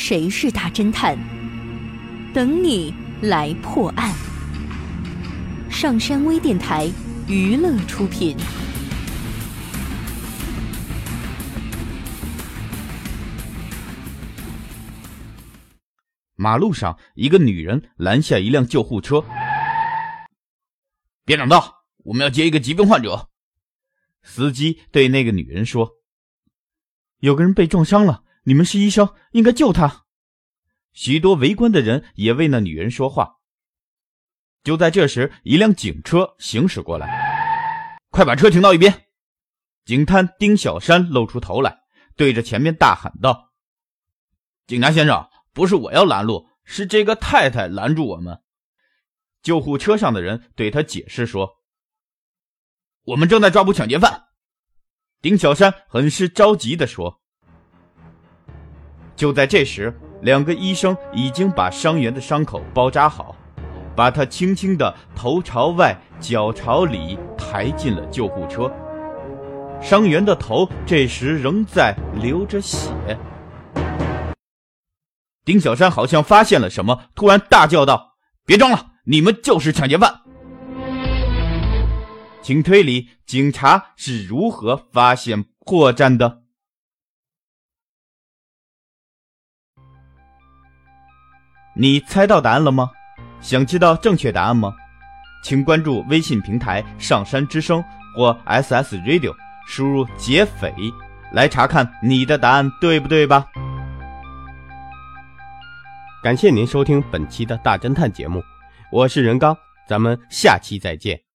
谁是大侦探？等你来破案。上山微电台娱乐出品。 马路上，一个女人拦下一辆救护车。别挡道，我们要接一个疾病患者。司机对那个女人说：有个人被撞伤了，你们是医生，应该救他。许多围观的人也为那女人说话。就在这时，一辆警车行驶过来。快把车停到一边。警探丁小山露出头来，对着前面大喊道：警察先生，不是我要拦路，是这个太太拦住我们。救护车上的人对他解释说：我们正在抓捕抢劫犯。丁小山很是着急地说。就在这时，两个医生已经把伤员的伤口包扎好，把他轻轻地头朝外脚朝里抬进了救护车。伤员的头这时仍在流着血。丁小山好像发现了什么，突然大叫道：别装了，你们就是抢劫犯。请推理警察是如何发现破绽的。你猜到答案了吗？想知道正确答案吗？请关注微信平台上山之声或 SS Radio， 输入劫匪来查看你的答案对不对吧。 感谢您收听本期的大侦探节目，我是任刚，咱们下期再见。